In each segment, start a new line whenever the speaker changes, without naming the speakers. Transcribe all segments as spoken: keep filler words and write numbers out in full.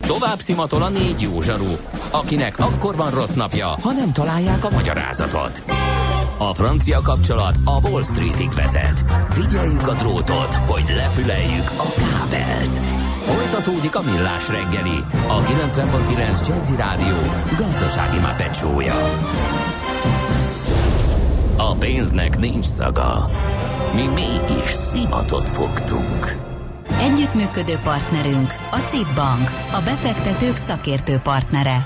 Tovább szimatol a négy jó zsaru, akinek akkor van rossz napja, ha nem találják a magyarázatot. A francia kapcsolat a Wall Streetig vezet. Figyeljük a drótot, hogy lefüleljük a kábelt. Folytatódik a Millás reggeli, a kilencven pont kilenc Jazzy Rádió gazdasági mápecsója. A pénznek nincs szaga. Mi mégis szimatot fogtunk.
Együttműködő partnerünk a cé i bé Bank, a befektetők szakértő partnere.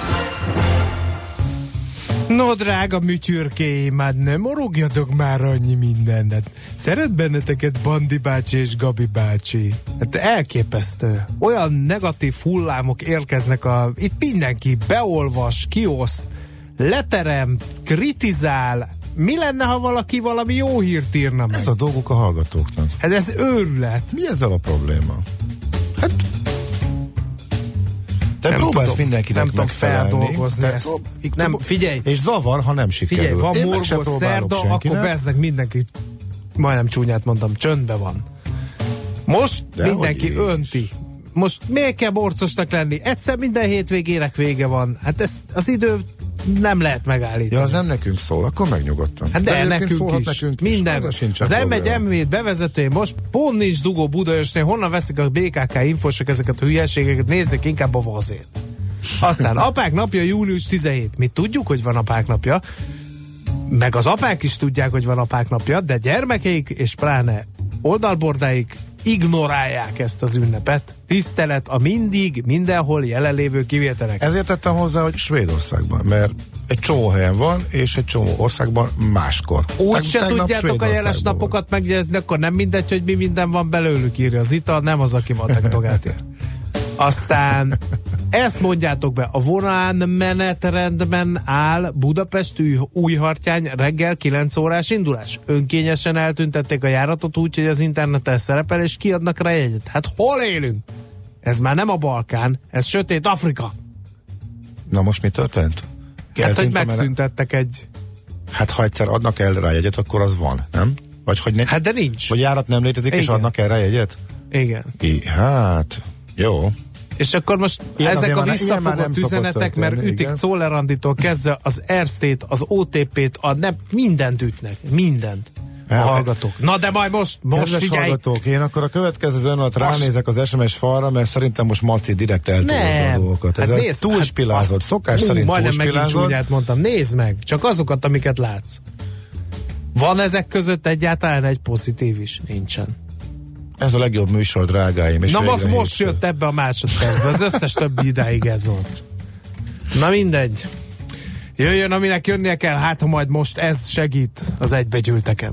No, drága műtyürkéim, hát nem morogjatok már annyi mindenet. Szeret benneteket Bandi bácsi és Gabi bácsi. Hát elképesztő. Olyan negatív hullámok érkeznek, a, itt mindenki beolvas, kioszt, leteremt, kritizál. Mi lenne, ha valaki valami jó hírt írna meg?
Ez a dolguk a hallgatóknak.
Hát ez őrület.
Mi ezzel a probléma? Hát te
nem
próbálsz
tudom,
mindenkinek
nem tudom feldolgozni
te,
ezt.
itt,
Nem, figyelj.
És zavar, ha nem sikerül.
Figyelj, van
Én
morgos szerda, akkor bezzeg mindenki, majdnem csúnyát mondtam, csöndbe van. Most de mindenki önti. Most miért kell borcosnak lenni? Egyszer minden hétvégének vége van. Hát ezt az idő nem lehet megállítani.
Ja, az nem nekünk szól, akkor megnyugodtan.
Hát de, de nekünk is. Nekünk Minden.
Is.
Az em egy em hét bevezető, most pont nincs dugó Budaörsnél, honnan veszik a bé ká ká infosok ezeket a hülyeségeket, nézzék inkább a vazét. Aztán apák napja június tizenhetedike. Mi tudjuk, hogy van apák napja, meg az apák is tudják, hogy van apák napja, de gyermekeik és pláne oldalbordáik ignorálják ezt az ünnepet. Tisztelet a mindig, mindenhol jelenlévő kivételek.
Ezért tettem hozzá, hogy Svédországban, mert egy csomó helyen van, és egy csomó országban máskor.
Úgy se tudjátok a jeles napokat megjegyezni, akkor nem mindegy, hogy mi minden van belőlük, írja az Ita, nem az, aki matek togát ér. Aztán ezt mondjátok be, a vonán menetrendben áll Budapest Újhartyány reggel kilenc órás indulás. Önkényesen eltüntették a járatot úgy, hogy az interneten szerepel, és kiadnak rá jegyet. Hát hol élünk? Ez már nem a Balkán, ez sötét Afrika.
Na most mi történt?
Hát, hogy megszüntettek egy...
Hát ha egyszer adnak el rá jegyet, akkor az van, nem? Vagy hogy ne...
Hát de nincs.
Vagy járat nem létezik, igen. És adnak el rá jegyet?
Igen.
I, hát, jó.
És akkor most ilyen ezek a visszafogott üzenetek, mert
történni,
ütik Czolleranditól kezdve az Erstate, az o té pét, a nem, mindent ütnek, mindent. A
el,
hallgatók. Na de majd most, most figyelj!
Hallgatók, én akkor a következő zön alatt ránézek az es em es falra, mert szerintem most Maci direkt eltúlozza a dolgokat. Ez hát túlspilázott, hát szokás ú, szerint
majdnem
túlspilázott.
Majdnem megint csúnyát mondtam, nézd meg, csak azokat, amiket látsz. Van ezek között egyáltalán egy pozitív is? Nincsen.
Ez a legjobb műsor, drágáim. És
na az most jött ebbe a másodpercbe, az összes többi idáig ez volt. Na mindegy. Jöjjön, aminek jönnie kell, hát ha majd most ez segít az egybegyűlteken.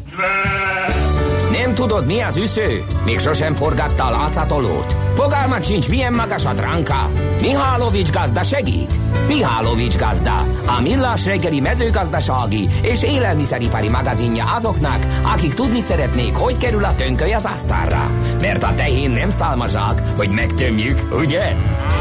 Nem tudod, mi az üsző? Még sosem forgatta a látszatolót? Fogalmat sincs, milyen magas a dránka? Mihálovics gazda segít? Mihálovics gazda, a Millás reggeli mezőgazdasági és élelmiszeripari magazinja azoknak, akik tudni szeretnék, hogy kerül a tönköly az asztalra. Mert a tehén nem szálmazsák, hogy megtömjük, ugye?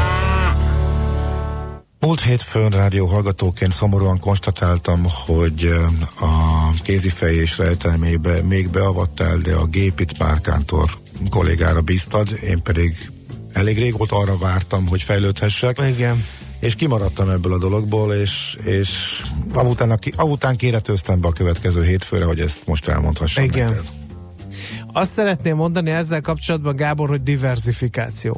Múlt hétfőn rádió hallgatóként szomorúan konstatáltam, hogy a kézifej és rejtelmébe még beavattál, de a gépit Márkántor kollégára bíztad, én pedig elég régóta arra vártam, hogy fejlődhessek.
Igen.
És kimaradtam ebből a dologból, és, és avután, avután kéretőztem be a következő hétfőre, hogy ezt most elmondhassam.
Igen.
Neked.
Azt szeretném mondani ezzel kapcsolatban, Gábor, hogy diversifikáció.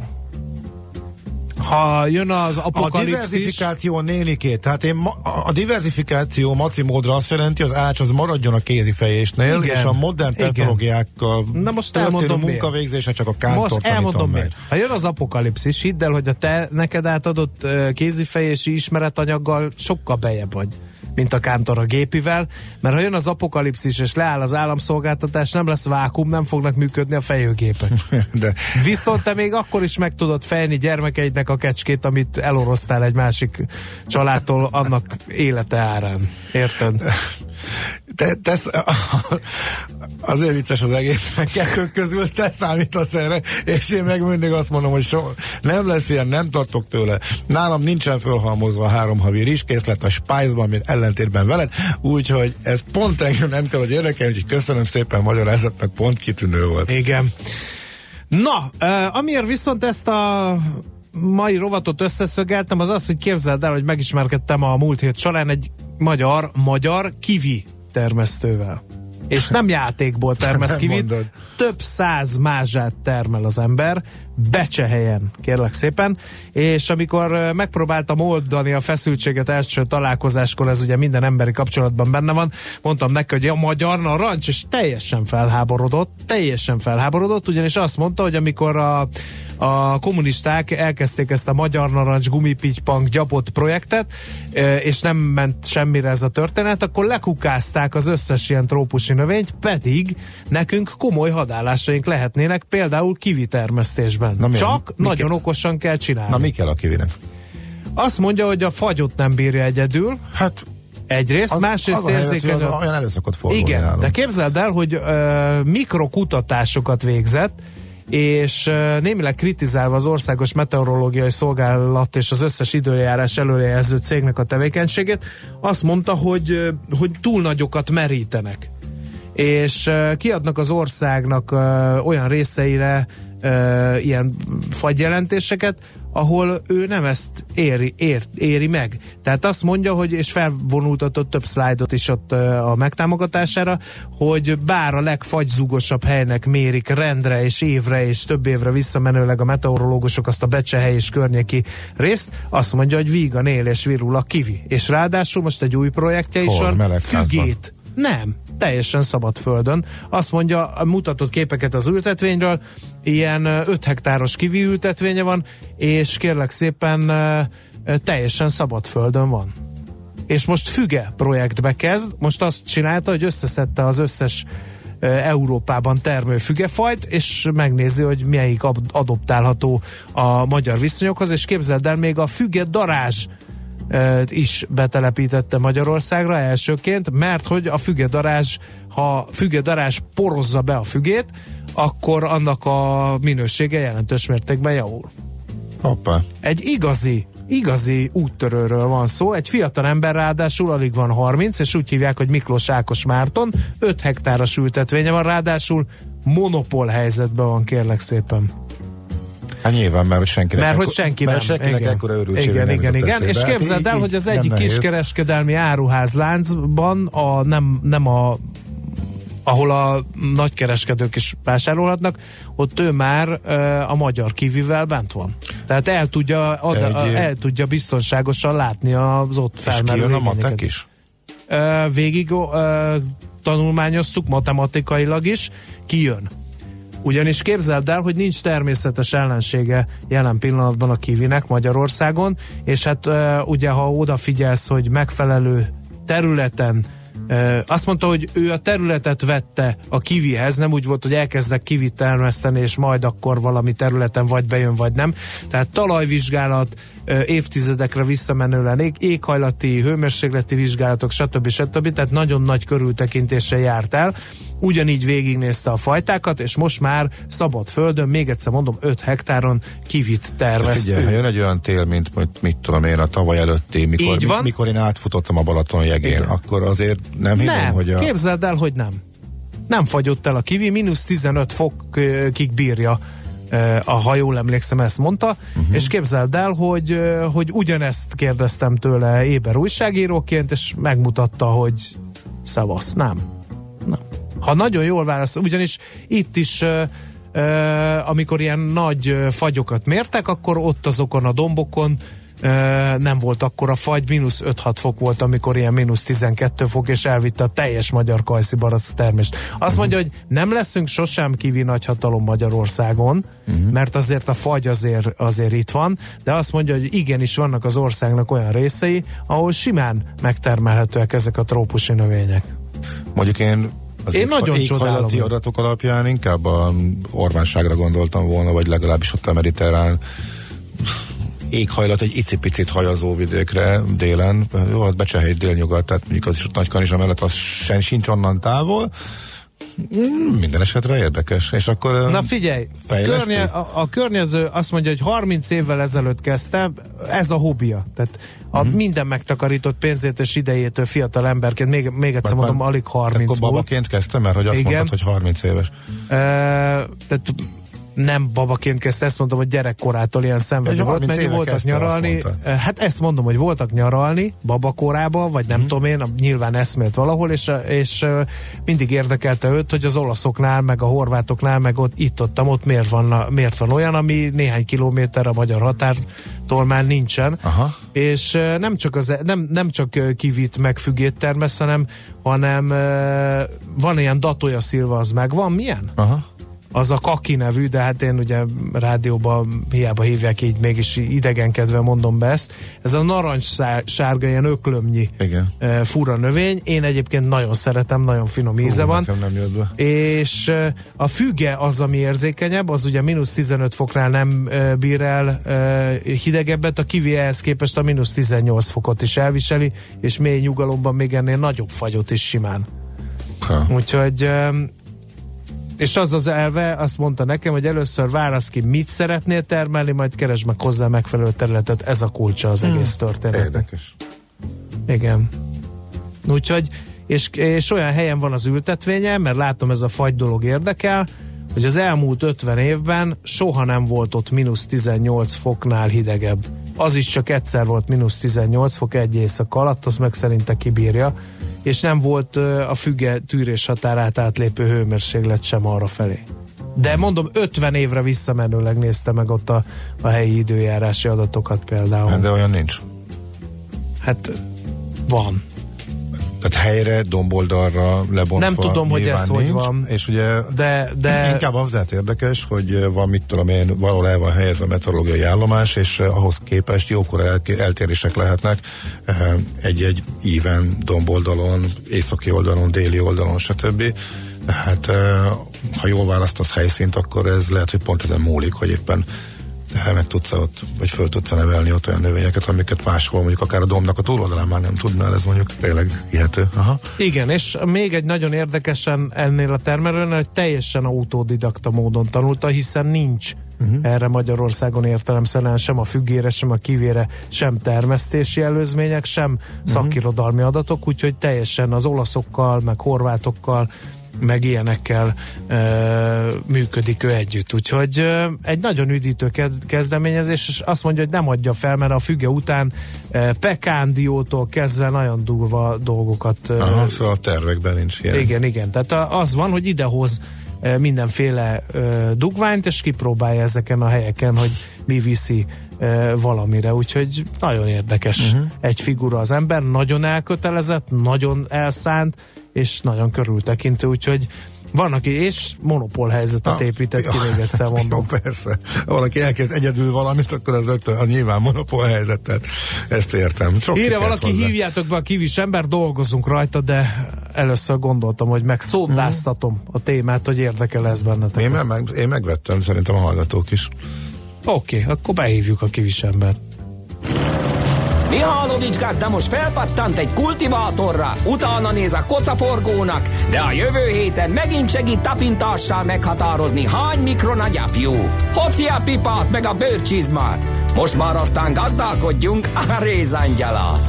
Ha jön az apokalipszis...
A diversifikáció nénikét, tehát én ma, a diversifikáció maci módra azt jelenti, az ács az maradjon a kézifejésnél, igen, és a modern technológiákkal történő munkavégzése csak a Kántor
most elmondom meg. Ha jön az apokalipszis, hidd el, hogy a te neked átadott kézifejési ismeretanyaggal sokkal bejebb vagy, mint a Kántor a gépivel, mert ha jön az apokalipszis és leáll az államszolgáltatás, nem lesz vákum, nem fognak működni a fejőgépek. De... Viszont te még akkor is meg tudod fejni gyermekeidnek a kecskét, amit elorosztál egy másik családtól annak élete árán. Érted?
Te, tesz, azért vicces az egész, meg kettők közül te számítasz erre, és én meg mindig azt mondom, hogy so, nem lesz ilyen, nem tartok tőle. Nálam nincsen fölhalmozva a három havi rizskészlet a Spice-ban, mint ellentétben veled, úgyhogy ez pont engem nem kell, hogy érdekel, úgyhogy köszönöm szépen, magyarázatnak pont kitűnő volt.
Igen. Na, uh, amiért viszont ezt a mai rovatot összeszögeltem, az az, hogy képzeld el, hogy megismerkedtem a múlt hét során egy magyar, magyar kivi termesztővel. És nem játékból termesz kivit, több száz mázsát termel az ember, Becsehelyen, kérlek szépen, és amikor megpróbáltam oldani a feszültséget első találkozáskor, ez ugye minden emberi kapcsolatban benne van, mondtam neki, hogy a magyar narancs, és teljesen felháborodott, teljesen felháborodott, ugyanis azt mondta, hogy amikor a, a kommunisták elkezdték ezt a magyar narancs gumipitypank gyapott projektet, és nem ment semmire ez a történet, akkor lekukázták az összes ilyen trópusi növényt, pedig nekünk komoly hadállásaink lehetnének, például kivitermesztésben. Na, Csak mi nagyon ke- okosan kell csinálni.
Na mi kell a kivinek?
Azt mondja, hogy a fagyot nem bírja egyedül.
Hát
egyrészt, az, másrészt érzékeny.
Az olyan előszakott fordulni.
Igen,
nálunk.
de képzeld el, hogy uh, mikrokutatásokat végzett, és uh, némileg kritizálva az Országos Meteorológiai Szolgálat és az összes időjárás előrejelző cégnek a tevékenységét, azt mondta, hogy, uh, hogy túl nagyokat merítenek. És uh, kiadnak az országnak uh, olyan részeire uh, ilyen fagyjelentéseket, ahol ő nem ezt éri, ér, éri meg. Tehát azt mondja, hogy, és felvonultatott több szlájdot is ott uh, a megtámogatására, hogy bár a legfagyzúgosabb helynek mérik rendre és évre és több évre visszamenőleg a meteorológusok azt a Becsehely és környéki részt, azt mondja, hogy vígan él és virul a kivi. És ráadásul most egy új projektje is van, fügét. Nem, teljesen szabad földön. Azt mondja, mutatott képeket az ültetvényről, ilyen öt hektáros kivi ültetvénye van, és kérlek szépen teljesen szabad földön van. És most füge projektbe kezd, most azt csinálta, hogy összeszedte az összes Európában termő fügefajt, és megnézi, hogy melyik adoptálható a magyar viszonyokhoz, és képzeld el, még a füge darázs is betelepítette Magyarországra elsőként, mert hogy a fügedarázs, ha fügedarázs porozza be a fügét, akkor annak a minősége jelentős mértékben javul.
Hoppá.
Egy igazi, igazi úttörőről van szó, egy fiatal ember ráadásul, alig van harminc, és úgy hívják, hogy Miklós Ákos Márton, öt hektáros ültetvénye van, ráadásul monopól helyzetben van, kérlek szépen.
Hát nyilván, mert senki
mert hogy senki
mert
nem.
senkinek ekkora örültsége
igen,
nem
igen, igen. És képzeld el, hogy az egyik kiskereskedelmi áruházláncban a, nem, nem a ahol a nagykereskedők is vásárolhatnak, ott ő már uh, a magyar kivivel bent van. Tehát el tudja, oda, Egy, el tudja biztonságosan látni az ott felmerülő.
És kijön a matek is?
Uh, végig uh, tanulmányoztuk matematikailag is, kijön. Ugyanis képzeld el, hogy nincs természetes ellensége jelen pillanatban a kivinek Magyarországon, és hát uh, ugye, ha odafigyelsz, hogy megfelelő területen, uh, azt mondta, hogy ő a területet vette a kivihez, nem úgy volt, hogy elkezdek kivit termeszteni, és majd akkor valami területen vagy bejön, vagy nem. Tehát talajvizsgálat, uh, évtizedekre visszamenően ég, éghajlati, hőmérsékleti vizsgálatok, stb. stb. Tehát nagyon nagy körültekintéssel járt el. Ugyanígy végignézte a fajtákat, és most már szabad földön, még egyszer mondom, öt hektáron kivit termeszt.
Figyelj, ha jön egy olyan tél, mint mit, mit tudom én, a tavaly előtti, mikor, mi, mikor én átfutottam a Balaton jegén, igen, akkor azért nem hiszem,
nem,
hogy a...
képzeld el, hogy nem. Nem fagyott el a kivi, mínusz tizenöt fokig bírja, ha jól emlékszem, ezt mondta, uh-huh. És képzeld el, hogy, hogy ugyanezt kérdeztem tőle éber újságíróként, és megmutatta, hogy szavasz. Nem. Nem. Ha nagyon jól választ, ugyanis itt is uh, uh, amikor ilyen nagy uh, fagyokat mértek, akkor ott azokon a dombokon uh, nem volt akkora fagy, mínusz öt-hat fok volt, amikor ilyen mínusz tizenkettő fok, és elvitte a teljes magyar kajszibarack termést. Azt uh-huh. mondja, hogy nem leszünk sosem kivi nagyhatalom Magyarországon, uh-huh. mert azért a fagy azért, azért itt van, de azt mondja, hogy igenis vannak az országnak olyan részei, ahol simán megtermelhetőek ezek a trópusi növények.
Mondjuk én az
Én nagyon
éghajlati adatok alapján inkább a Orbánságra gondoltam volna, vagy legalábbis ott a mediterrán éghajlat egy icipicit hajazó vidékre délen. Jó, az Becsehely délnyugat, tehát mondjuk az is ott Nagykanizsa mellett az sem sincs onnan távol. Minden esetre érdekes. És akkor
na figyelj, a, környe, a, a környező azt mondja, hogy harminc évvel ezelőtt kezdte, ez a hobbija. Tehát a uh-huh. minden megtakarított pénzét és idejétől fiatal emberként, még, még egyszer mondom, alig harminc
akkor babaként kezdtem, mert hogy azt
igen.
mondtad, hogy harminc éves.
E, tehát nem babaként kezdte, ezt mondom, hogy gyerekkorától ilyen szenvedő volt, mert voltak nyaralni, hát ezt mondom, hogy voltak nyaralni babakorában, vagy nem hmm. tudom én, nyilván eszmélt valahol, és, és mindig érdekelte őt, hogy az olaszoknál, meg a horvátoknál, meg ott itt-ott, ott miért van, miért van olyan, ami néhány kilométer a magyar határtól már nincsen. Aha. És nem csak, az, nem, nem csak kivit meg fügét termesz, hanem, hanem van ilyen Datoya Silva, az megvan, milyen? Aha. Az a Kaki nevű, de hát én ugye rádióban hiába hívják így, mégis idegenkedve mondom be ezt. Ez a narancssárga, ilyen öklömnyi igen. fura növény. Én egyébként nagyon szeretem, nagyon finom íze Hú, van.
Nem jött be.
És a füge az, ami érzékenyebb, az ugye mínusz tizenöt foknál nem bír el hidegebbet, a kiwi ehhez képest a mínusz tizennyolc fokot is elviseli, és mély nyugalomban még ennél nagyobb fagyot is simán. Ha. Úgyhogy és az az elve, azt mondta nekem, hogy először válasz ki, mit szeretnél termelni, majd keresd meg hozzá megfelelő területet. Ez a kulcsa az hmm. egész történetnek.
Érdekes.
Igen. Úgyhogy, és, és olyan helyen van az ültetvénye, mert látom, ez a fagy dolog érdekel, hogy az elmúlt ötven évben soha nem volt ott mínusz tizennyolc foknál hidegebb. Az is csak egyszer volt mínusz tizennyolc fok egy éjszaka alatt, az meg szerinte kibírja, és nem volt a füge tűrés határát átlépő hőmérséklet sem arra felé. De mondom, ötven évre visszamenőleg nézte meg ott a, a helyi időjárási adatokat például.
De olyan nincs.
Hát van.
Tehát helyre, domboldalra lebontva.
Nem tudom, hogy ez nincs, hogy van.
És ugye
de, de...
inkább az lehet érdekes, hogy van, mit tudom én, valahol el van helyezve a meteorológiai állomás, és ahhoz képest jókor el, eltérések lehetnek egy-egy íven, domboldalon, északi oldalon, déli oldalon, stb. Hát ha jól választasz helyszínt, akkor ez lehet, hogy pont ezen múlik, hogy éppen meg tudsz ott, vagy föl tudsz nevelni ott olyan növényeket, amiket máshol, mondjuk akár a dombnak a túloldalán már nem tudnál, ez mondjuk tényleg hihető. Aha.
Igen, és még egy nagyon érdekesen ennél a termelőnél, hogy teljesen autodidakta módon tanulta, hiszen nincs uh-huh. erre Magyarországon értelemszerűen sem a függére, sem a kivére, sem termesztési előzmények, sem uh-huh. szakirodalmi adatok, úgyhogy teljesen az olaszokkal, meg horvátokkal, meg ilyenekkel e, működik ő együtt. Úgyhogy e, egy nagyon üdítő kezdeményezés, és azt mondja, hogy nem adja fel, mert a füge után e, pekándiótól kezdve nagyon durva dolgokat. E,
Aha, szóval a tervekben nincs ilyen.
Igen, igen. Tehát az van, hogy idehoz e, mindenféle e, dugványt, és kipróbálja ezeken a helyeken, hogy mi viszi e, valamire. Úgyhogy nagyon érdekes uh-huh. egy figura az ember, nagyon elkötelezett, nagyon elszánt, és nagyon körültekintő, úgyhogy van, aki és monopól helyzetet épített ki, még egyszer mondom.
Jó, persze. Ha valaki elkezd egyedül valamit, akkor az rögtön az nyilván monopól helyzetet. Ezt értem. Sok
Írja valaki, hozzá. Hívjátok be a kivis ember, dolgozunk rajta, de először gondoltam, hogy megszódáztatom a témát, hogy érdekel ez bennetek.
Én, meg, én megvettem, szerintem a hallgatók is.
Oké, okay, akkor behívjuk a kivis ember.
Mihálovics gazda most felpattant egy kultivátorra, utána néz a kocaforgónak, de a jövő héten megint segít tapintással meghatározni, hány mikron a gyapjú. Hoci a pipát meg a bőrcsizmát. Most már aztán gazdálkodjunk a rézangyalát.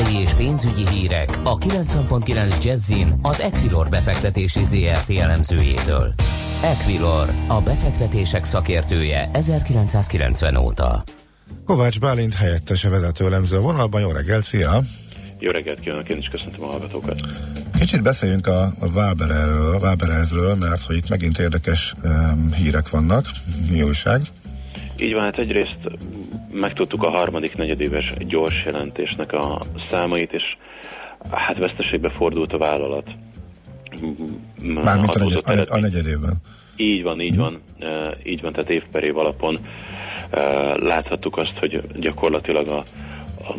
tőzsdei és pénzügyi hírek a kilencven pont kilenc Jazzin az Equilor befektetési zé er té elemzőjétől. Equilor, a befektetések szakértője ezerkilencszázkilencven óta.
Kovács Bálint helyettese vezető elemző a vonalban. Jó reggelt, szia!
Jó reggelt kívánok, én is köszöntöm a hallgatókat.
Kicsit beszéljünk a, a Wabererről, Waberezről, mert hogy itt megint érdekes um, hírek vannak. Mi újság?
Így van, hát egyrészt megtudtuk a harmadik negyedéves gyors jelentésnek a számait, és hát veszteségbe fordult a vállalat.
Mármint a, negyed, a, a negyedévben.
Így van, így hmm. van. Uh, így van, tehát év per év alapon uh, láthattuk azt, hogy gyakorlatilag a, a,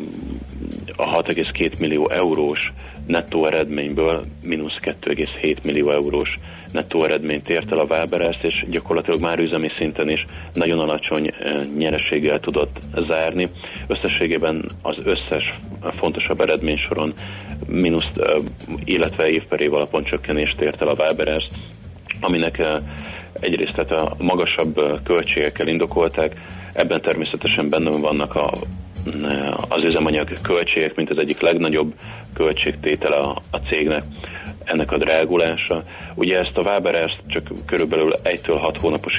a hat egész két millió eurós nettó eredményből mínusz két egész hét millió eurós nettó eredményt ért el a Waberers, és gyakorlatilag már üzemi szinten is nagyon alacsony nyereséggel tudott zárni. Összességében az összes fontosabb eredménysoron mínusz, illetve év per év alapon csökkenést ért el a Waberers, aminek egyrészt tehát a magasabb költségekkel indokolták, ebben természetesen benne vannak a az üzemanyag költségek, mint az egyik legnagyobb költségtétele a, a cégnek, ennek a drágulása. Ugye ezt a Waberers csak körülbelül egytől hat hónapos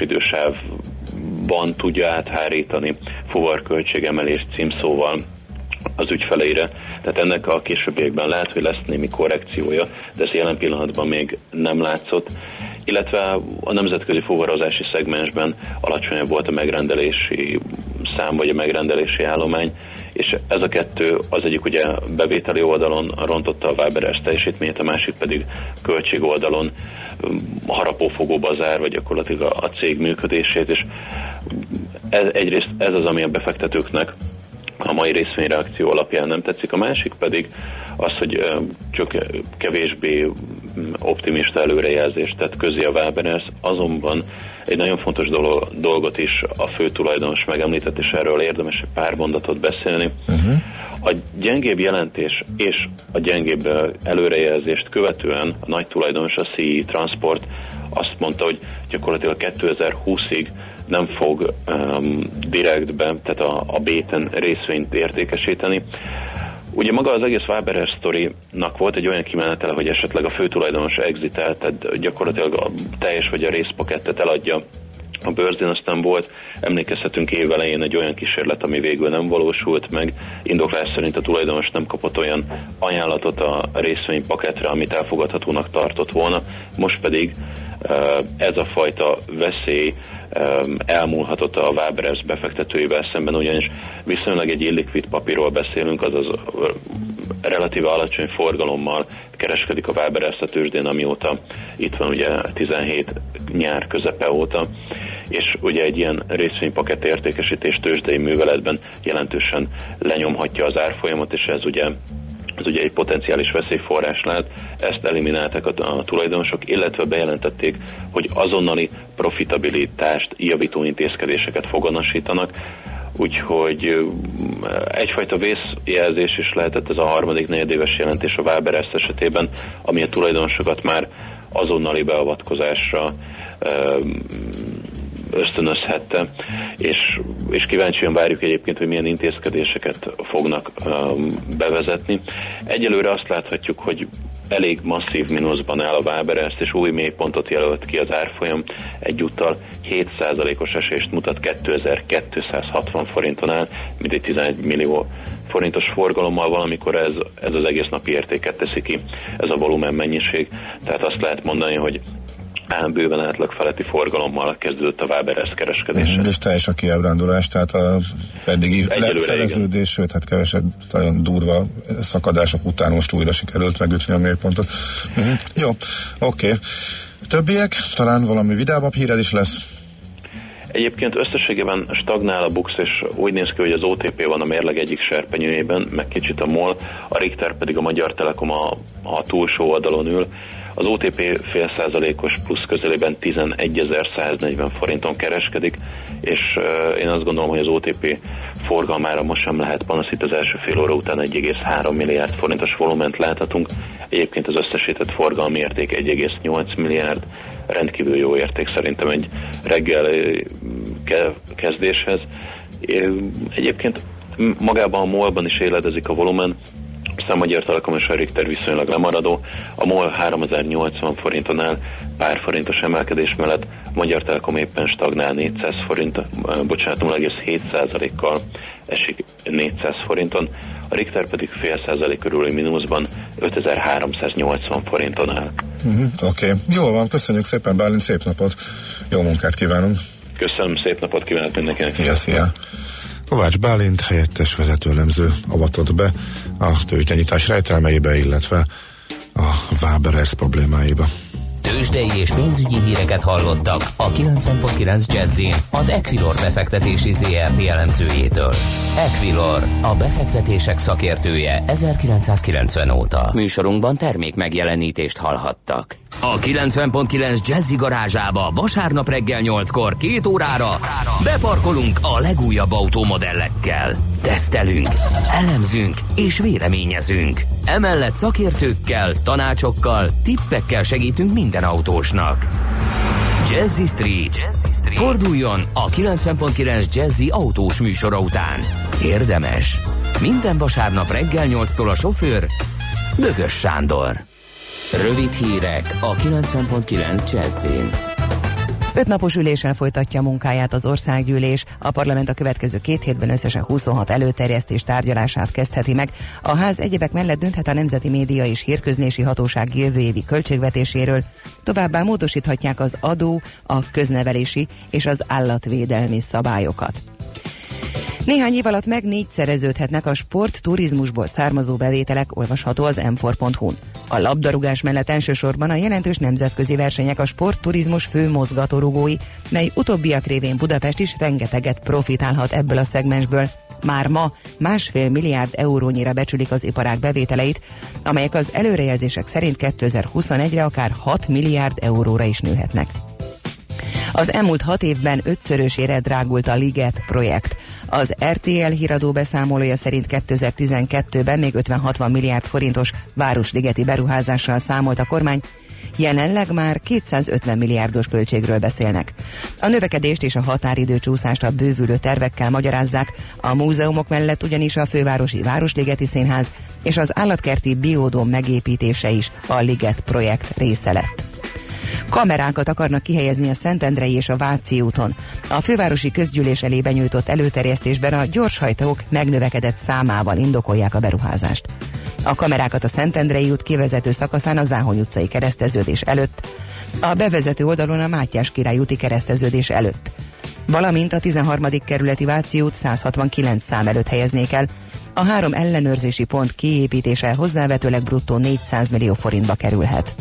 idősávban tudja áthárítani fuvarköltségemelés címszóval az ügyfeleire. Tehát ennek a későbbiekben lehet, hogy lesz némi korrekciója, de ez jelen pillanatban még nem látszott. Illetve a nemzetközi fuvarozási szegmensben alacsonyabb volt a megrendelési szám, vagy a megrendelési állomány, és ez a kettő, az egyik ugye bevételi oldalon rontotta a Waberers teljesítményét, a másik pedig költség oldalon harapófogóba zár, vagy gyakorlatilag a, a cég működését, és ez, egyrészt ez az, ami a befektetőknek a mai részvényreakció alapján nem tetszik, a másik pedig az, hogy csak kevésbé optimista előrejelzést tett közé a Waberers, azonban egy nagyon fontos dolgot is a fő tulajdonos megemlített, és erről érdemes egy pár mondatot beszélni. Uh-huh. A gyengébb jelentés és a gyengébb előrejelzést követően a nagy tulajdonos, a cé i Transport azt mondta, hogy gyakorlatilag kétezer-húszig nem fog um, direktben, tehát a, a béten részvényt értékesíteni. Ugye maga az egész Waberers sztorinak volt egy olyan kimenetele, hogy esetleg a főtulajdonos exitel, tehát gyakorlatilag a teljes vagy a részpakettet eladja a bőrzén, aztán volt, emlékezhetünk évelején egy olyan kísérlet, ami végül nem valósult meg. Indoklás szerint a tulajdonos nem kapott olyan ajánlatot a részvénypaketre, amit elfogadhatónak tartott volna. Most pedig ez a fajta veszély elmúlhatott a Waberers befektetőivel szemben, ugyanis viszonylag egy illikvid papírról beszélünk, azaz relatíve alacsony forgalommal kereskedik a Waberers a tőzsdén, amióta itt van ugye tizenhét nyár közepe óta, és ugye egy ilyen részvénypaket értékesítés tőzsdei műveletben jelentősen lenyomhatja az árfolyamot, és ez ugye ez ugye egy potenciális veszélyforrás lehet, ezt eliminálták a, a tulajdonosok, illetve bejelentették, hogy azonnali profitabilitást javító intézkedéseket foganasítanak, úgyhogy egyfajta vészjelzés is lehetett ez a harmadik negyedéves jelentés a Waberers esetében, ami a tulajdonosokat már azonnali beavatkozásra ösztönözhette, és, és kíváncsian várjuk egyébként, hogy milyen intézkedéseket fognak um, bevezetni. Egyelőre azt láthatjuk, hogy elég masszív mínuszban áll a Waberers, és új mélypontot jelölt ki az árfolyam, egyúttal hét százalékos esést mutat, kétezer-kétszázhatvan forinton áll, mindegy tizenegy millió forintos forgalommal, valamikor ez, ez az egész napi értéket teszi ki, ez a volumen mennyiség. Tehát azt lehet mondani, hogy bőven átlag feletti forgalommal kezdődött a Waberers kereskedése.
És teljes a kiábrándulás, tehát a eddigi lefeleződés, sőt, hát kevesebb, nagyon durva szakadások után most újra sikerült megütni a mélypontot. Uh-huh. Jó, oké. Okay. Többiek? Talán valami vidámabb híred is lesz?
Egyébként összességében stagnál a BUX, és úgy néz ki, hogy az o té pé van a mérleg egyik serpenyőjében, meg kicsit a MOL, a Richter pedig a Magyar Telekom a, a túlsó oldalon ül. Az o té pé fél százalékos plusz közelében tizenegyezer-száznegyven forinton kereskedik, és uh, én azt gondolom, hogy az o té pé forgalmára most sem lehet panasz, itt az első fél óra után egy egész három milliárd forintos volument láthatunk. Egyébként az összesített forgalmi érték egy egész nyolc milliárd, rendkívül jó érték szerintem egy reggel kezdéshez. Egyébként magában a MOL-ban is éledezik a volumen, aztán a Magyar Telekom és a Richter viszonylag lemaradó. A MOL háromezer-nyolcvan forinton áll, pár forintos emelkedés mellett, a Magyar Telekom éppen stagnál négyszáz forint, bocsánat, nulla egész hét százalékkal esik négyszáz forinton, a Richter pedig fél százalék körüli mínuszban ötezer-háromszáznyolcvan forinton áll.
Uh-huh, Oké, okay. Jól van, köszönjük szépen, Bálint, szép napot, jó munkát kívánunk.
Köszönöm, szép napot kívánok mindenkinek.
Szia, szia. Kovács Bálint, helyettes vezetőelemző avatott be a tőzsdenyítás rejtelmeibe, illetve a Waberers problémáiba.
Tőzsdei és pénzügyi híreket hallottak a kilencven pont kilenc Jazzin az Equilor befektetési zé er té elemzőjétől. Equilor, a befektetések szakértője ezerkilencszázkilencven óta. Műsorunkban termék megjelenítést hallhattak. A kilencven pont kilenc Jazzy garázsába vasárnap reggel nyolckor két órára beparkolunk a legújabb automodellekkel. Tesztelünk, elemzünk és véleményezünk. Emellett szakértőkkel, tanácsokkal, tippekkel segítünk minden autósnak. Jazzy Street. Jazzy Street. Forduljon a kilencven pont kilenc Jazzy autós műsora után. Érdemes. Minden vasárnap reggel nyolctól a sofőr Bögös Sándor. Rövid hírek a kilencven pont kilenc Jazzyn.
Öt napos üléssel folytatja a munkáját az országgyűlés. A parlament a következő két hétben összesen huszonhat előterjesztés tárgyalását kezdheti meg. A ház egyebek mellett dönthet a Nemzeti Média és Hírközlési Hatóság jövő évi költségvetéséről. Továbbá módosíthatják az adó, a köznevelési és az állatvédelmi szabályokat. Néhány év alatt meg négyszereződhetnek a sport turizmusból származó bevételek, olvasható az em négy pont hu-n. A labdarúgás mellett elsősorban a jelentős nemzetközi versenyek a sportturizmus fő mozgatórugói, mely utóbbiak révén Budapest is rengeteget profitálhat ebből a szegmensből. Már ma másfél milliárd eurónyira becsülik az iparág bevételeit, amelyek az előrejelzések szerint kétezer-huszonegyre akár hat milliárd euróra is nőhetnek. Az elmúlt hat évben ötszörösére drágult a Liget projekt. Az er té el híradó beszámolója szerint kétezer-tizenkettőben még ötven-hatvan milliárd forintos városligeti beruházással számolt a kormány, jelenleg már kétszázötven milliárdos költségről beszélnek. A növekedést és a határidőcsúszást a bővülő tervekkel magyarázzák, a múzeumok mellett ugyanis a fővárosi Városligeti Színház és az állatkerti biodóm megépítése is a Liget projekt része lett. Kamerákat akarnak kihelyezni a Szentendrei és a Váci úton. A fővárosi közgyűlés elé benyújtott előterjesztésben a gyorshajtók megnövekedett számával indokolják a beruházást. A kamerákat a Szentendrei út kivezető szakaszán a Záhony utcai kereszteződés előtt, a bevezető oldalon a Mátyás Király úti kereszteződés előtt, valamint a tizenharmadik kerületi Váci út száz hatvankilenc szám előtt helyeznék el. A három ellenőrzési pont kiépítése hozzávetőleg bruttó négyszáz millió forintba kerülhet.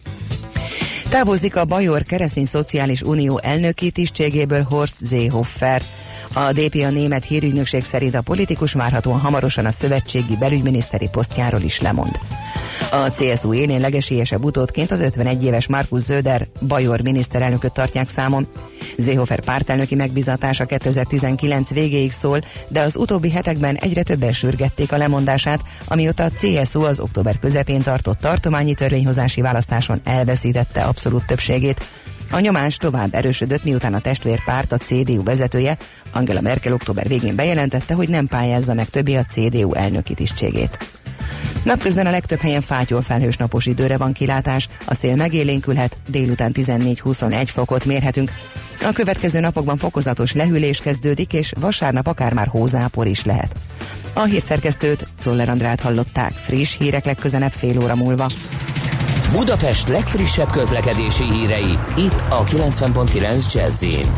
Távozik a Bajor Keresztény Szociális Unió elnöki tisztségéből Horst Seehofer. A dé pé a német hírügynökség szerint a politikus várhatóan hamarosan a szövetségi belügyminiszteri posztjáról is lemond. A cé es u élén legesélyesebb utódként az ötvenegy éves Markus Söder Bajor miniszterelnököt tartják számon. Seehofer pártelnöki megbizatása kétezer-tizenkilenc végéig szól, de az utóbbi hetekben egyre többen sürgették a lemondását, amióta a cé es u az október közepén tartott tartományi törvényhozási választáson elveszítette abszolút többségét. A nyomás tovább erősödött, miután a testvérpárt, a cé dé u vezetője, Angela Merkel október végén bejelentette, hogy nem pályázza meg többé a cé dé u elnöki tisztségét. Napközben a legtöbb helyen fátyol-felhős napos időre van kilátás, a szél megélénkülhet, délután tizennégy-huszonegy fokot mérhetünk. A következő napokban fokozatos lehűlés kezdődik, és vasárnap akár már hózápor is lehet. A hírszerkesztőt, Czoller Andrát hallották, friss hírek legközelebb fél óra múlva.
Budapest legfrissebb közlekedési hírei, itt a kilencven pont kilenc Jazzyn.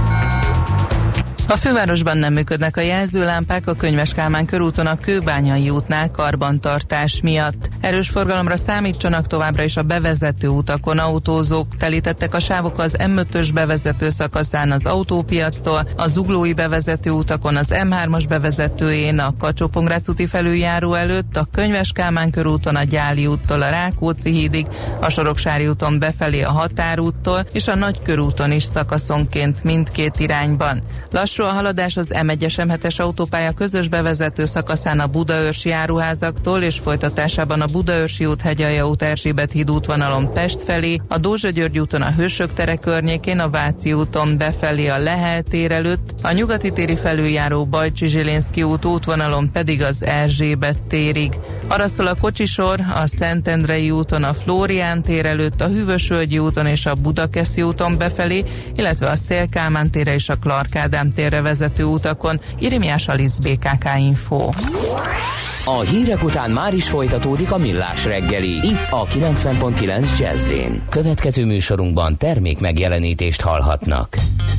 A fővárosban nem működnek a jelzőlámpák a Könyves Kálmán körúton a Kőbányai útnál karbantartás miatt. Erős forgalomra számítsanak továbbra is a bevezető utakon, autózók telítettek a sávok az em ötös bevezető szakaszán az autópiactól, a zuglói bevezető utakon az em hármas bevezetőjén a Kacsó-Pongrác úti felüljáró előtt, a Könyves Kálmán körúton a Gyáli úttól a Rákóczi hídig, a Soroksári úton befelé a Határúttól és a Nagykörúton is szakaszonként mindkét irányban. Lassú Lassú a haladás az em egyes em hetes autópálya közös bevezető szakaszán a Budaörsi áruházaktól és folytatásában a Budaörsi út, Hegyalja út, Erzsébet híd útvonalon Pest felé, a Dózsa-György úton a Hősök tere környékén, a Váci úton befelé a Lehel tér előtt, a Nyugati téri felüljáró Bajcsi-Zsilinszky út útvonalon pedig az Erzsébet térig. Arra szól a kocsisor a Szentendrei úton a Flórián tér előtt, a Hűvösvölgyi úton és a Budakeszi úton befelé, illetve a Széll-Kálmán térre és a Clark Ádám térre vezető utakon. Irimiás Alisz, bé ká ká Info.
A hírek után már is folytatódik a Millás reggeli, itt a kilencven pont kilenc Jazz-én. Következő műsorunkban termék megjelenítést hallhatnak.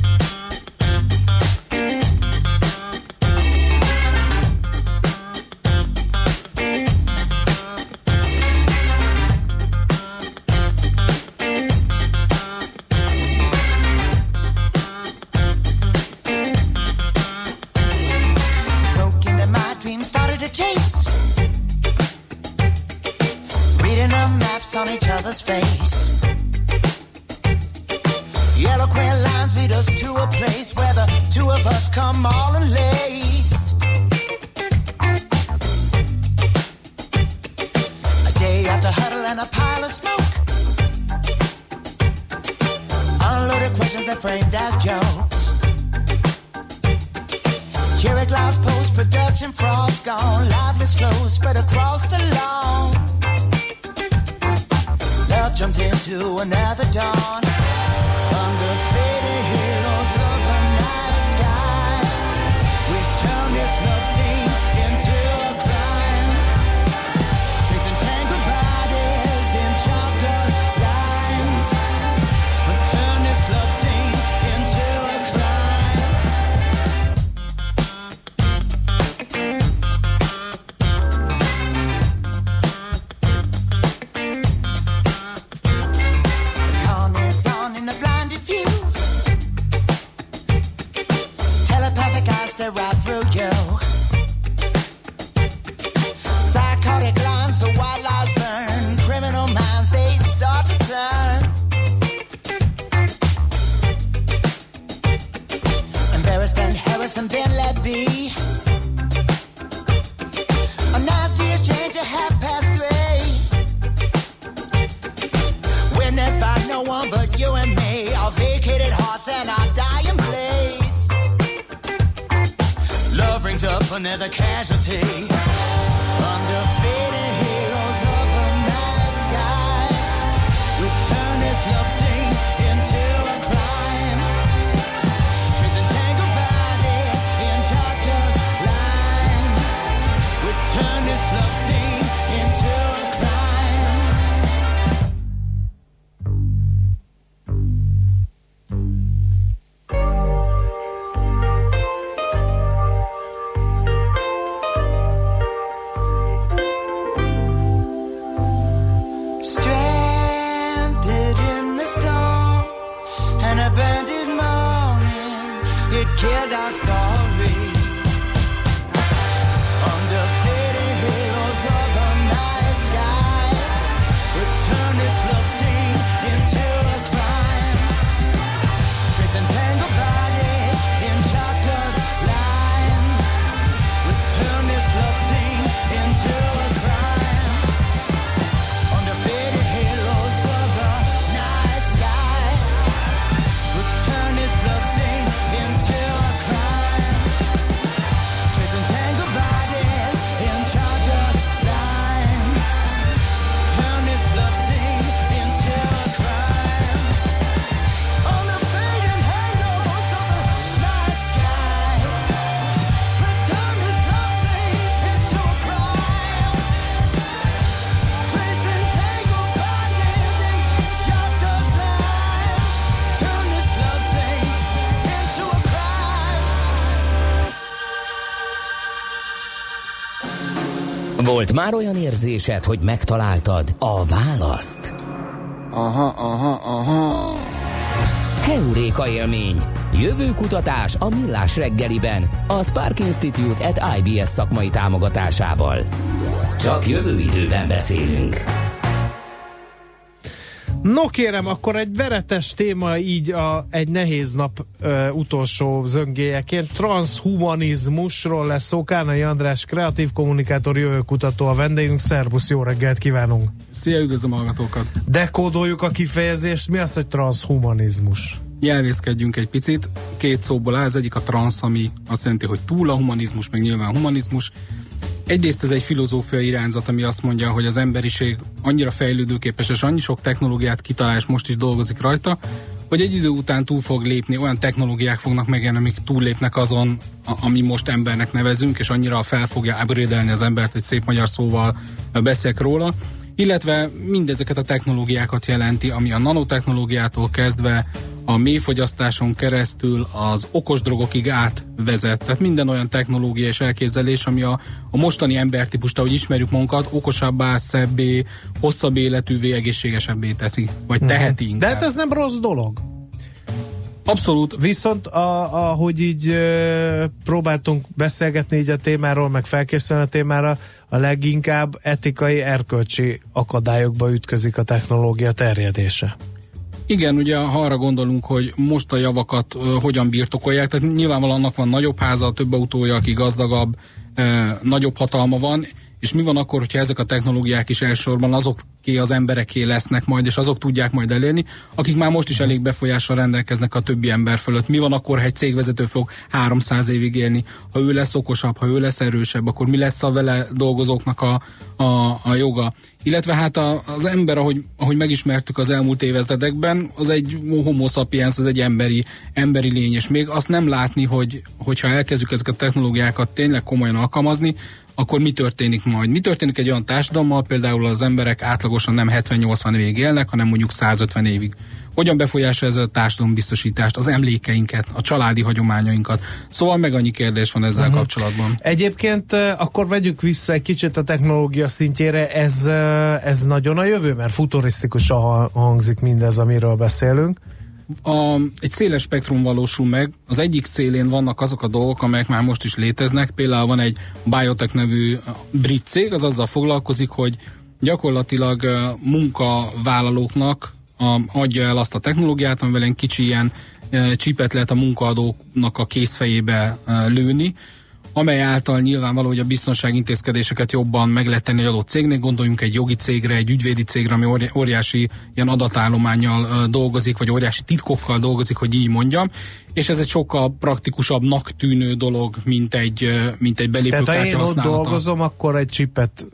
On each other's face, yellow crayon lines lead us to a place where the two of us come all unlaced. A day after huddle and a pile of smoke, unloaded questions that framed as jokes. Cherry glass post production frost gone, lifeless clothes spread across the lawn. Love jumps into another dawn under fading halos of the night sky. We turn this love scene into a crime, tracing tangled bodies in chalk dust lines. We turn this love scene into a crime. Right through you. Psychotic lines, the white lies burn. Criminal minds, they start to turn. Embarrassed and harassed and then let be. A nasty exchange at half past three. Witnessed by no one but you and me. Our vacated hearts and our dying blaze. Love brings up another casualty under fading halos of the night sky. We turn this love scene into a crime, tracing tangled bodies in chalk dust lines. We turn this love scene into a crime. Killed our story under fading halos of the night sky. We turn this love scene into a crime, tracing tangled bodies in chalk dust lines. We turn this love scene into a crime under fading halos of the night sky. We turn this love scene into
Volt már olyan érzésed, hogy megtaláltad a választ?
Aha, aha, aha.
Heuréka élmény. Jövőkutatás a Millás reggeliben, a Spark Institute at i bé es szakmai támogatásával. Csak jövő időben beszélünk.
No kérem, akkor egy veretes téma így a, egy nehéz nap ö, utolsó zöngéjeként. Transhumanizmusról lesz szó. Kárnai András, kreatív kommunikátor, jövőkutató a vendégünk. Szervusz, jó reggelt kívánunk!
Szia, üdvözlöm a hallgatókat!
Dekódoljuk a kifejezést. Mi az, hogy transhumanizmus?
Nyelvészkedjünk egy picit. Két szóból áll, az egyik a transz, ami azt jelenti, hogy túl a humanizmus, meg nyilván humanizmus. Egyrészt ez egy filozófiai irányzat, ami azt mondja, hogy az emberiség annyira fejlődőképes, és annyi sok technológiát kitalál, és most is dolgozik rajta, hogy egy idő után túl fog lépni, olyan technológiák fognak megjelenni, amik túllépnek azon, ami most embernek nevezünk, és annyira fel fogja upgrade-elni az embert, hogy szép magyar szóval beszélek róla. Illetve mindezeket a technológiákat jelenti, ami a nanotechnológiától kezdve a mélyfogyasztáson keresztül az okos drogokig átvezet. Tehát minden olyan technológia és elképzelés, ami a, a mostani embertípust, ahogy ismerjük magunkat, okosabbá, szebbé, hosszabb életűvé, egészségesebbé teszi, vagy teheti inkább.
De hát ez nem rossz dolog.
Abszolút.
Viszont a, ahogy így e, próbáltunk beszélgetni így a témáról, meg felkészülni a témára, a leginkább etikai, erkölcsi akadályokba ütközik a technológia terjedése.
Igen, ugye ha arra gondolunk, hogy most a javakat uh, hogyan birtokolják, tehát nyilvánvalóan annak van nagyobb háza, több autója, aki gazdagabb, uh, nagyobb hatalma van, és mi van akkor, hogyha ezek a technológiák is elsősorban azoké az embereké lesznek majd, és azok tudják majd elérni, akik már most is elég befolyással rendelkeznek a többi ember fölött. Mi van akkor, ha egy cégvezető fog háromszáz évig élni? Ha ő lesz okosabb, ha ő lesz erősebb, akkor mi lesz a vele dolgozóknak a, a, a joga? Illetve hát a, az ember, ahogy, ahogy megismertük az elmúlt évezredekben, az egy homo sapiens, az egy emberi, emberi lény, és még azt nem látni, hogy, hogyha elkezdjük ezeket a technológiákat tényleg komolyan alkalmazni, akkor mi történik majd? Mi történik egy olyan társadalommal, például az emberek átlagosan nem hetven-nyolcvan évig élnek, hanem mondjuk százötven évig. Hogyan befolyásolja ez a társadalombiztosítást, az emlékeinket, a családi hagyományainkat? Szóval meg annyi kérdés van ezzel uh-huh. kapcsolatban.
Egyébként akkor vegyük vissza egy kicsit a technológia szintjére, ez, ez nagyon a jövő, mert futurisztikusan hangzik mindez, amiről beszélünk.
A, egy széles spektrum valósul meg. Az egyik szélén vannak azok a dolgok, amelyek már most is léteznek. Például van egy Biotech nevű brit cég, az azzal foglalkozik, hogy gyakorlatilag munkavállalóknak a, adja el azt a technológiát, amivel egy kicsi ilyen csipet lehet a munkaadóknak a kézfejébe lőni, amely által nyilvánvaló, hogy a biztonságintézkedéseket jobban meg lehet tenni egy adott cégnél. Gondoljunk egy jogi cégre, egy ügyvédi cégre, ami óriási ilyen adatállománnyal dolgozik, vagy óriási titkokkal dolgozik, hogy így mondjam, és ez egy sokkal praktikusabbnak tűnő dolog, mint egy, mint egy belépőkártya használata.
Tehát ha én ott dolgozom, akkor egy csipet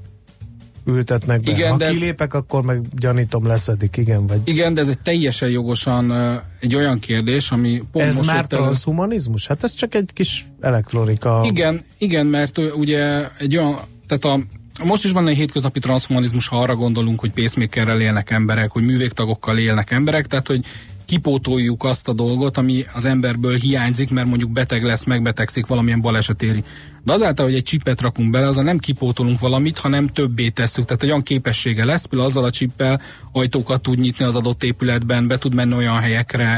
ültetnek be. Igen, ha kilépek, ez... akkor meg gyanítom leszedik, igen, vagy...
Igen, de ez egy teljesen jogosan uh, egy olyan kérdés, ami... Pont
ez
most
már transhumanizmus? Hát ez csak egy kis elektronika...
Igen, igen, mert uh, ugye egy olyan... Tehát a, most is van egy hétköznapi transhumanizmus, ha arra gondolunk, hogy pacemakerrel élnek emberek, hogy művégtagokkal élnek emberek, tehát hogy kipótoljuk azt a dolgot, ami az emberből hiányzik, mert mondjuk beteg lesz, megbetegszik, valamilyen baleset éri. De azáltal, hogy egy csipet rakunk bele, azzal nem kipótolunk valamit, hanem többé tesszük. Tehát egy olyan képessége lesz, például azzal a csippel ajtókat tud nyitni az adott épületben, be tud menni olyan helyekre,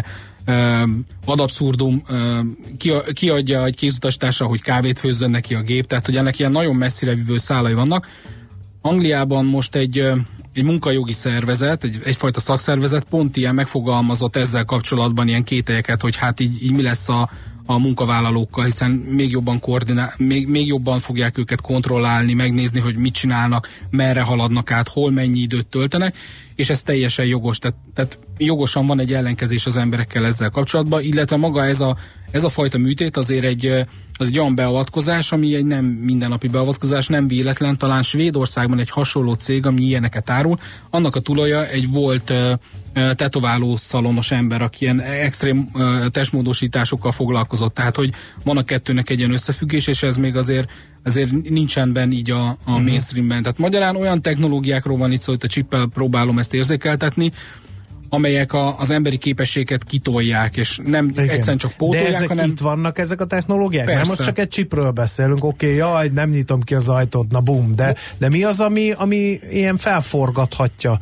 ad abszurdum, kiadja egy kézutasításra, hogy kávét főzzön neki a gép, tehát hogy ennek ilyen nagyon messzire vívő szálai vannak. Angliában most egy egy munkajogi szervezet, egy, egyfajta szakszervezet pont ilyen megfogalmazott ezzel kapcsolatban ilyen kételyeket, hogy hát így, így mi lesz a, a munkavállalókkal, hiszen még jobban koordinál, még, még jobban fogják őket kontrollálni, megnézni, hogy mit csinálnak, merre haladnak át, hol mennyi időt töltenek, és ez teljesen jogos, tehát, tehát jogosan van egy ellenkezés az emberekkel ezzel kapcsolatban, illetve maga ez a, ez a fajta műtét azért egy, az egy olyan beavatkozás, ami egy nem mindennapi beavatkozás, nem véletlen, talán Svédországban egy hasonló cég, ami ilyeneket árul, annak a tulajja egy volt uh, tetováló szalonos ember, aki ilyen extrém uh, testmódosításokkal foglalkozott, tehát hogy van a kettőnek egy ilyen összefüggés, és ez még azért, azért nincsen benne így a, a uh-huh. mainstreamben. Tehát magyarán olyan technológiákról van itt szó, hogy a csippel próbálom ezt érzékeltetni, amelyek a, az emberi képességet kitolják, és nem igen. egyszerűen csak pótolják,
de ezek
hanem...
itt vannak ezek a technológiák?
Persze.
Mert most csak egy chipről beszélünk, oké, okay, jaj, nem nyitom ki az ajtót, na bum, de, de mi az, ami, ami ilyen felforgathatja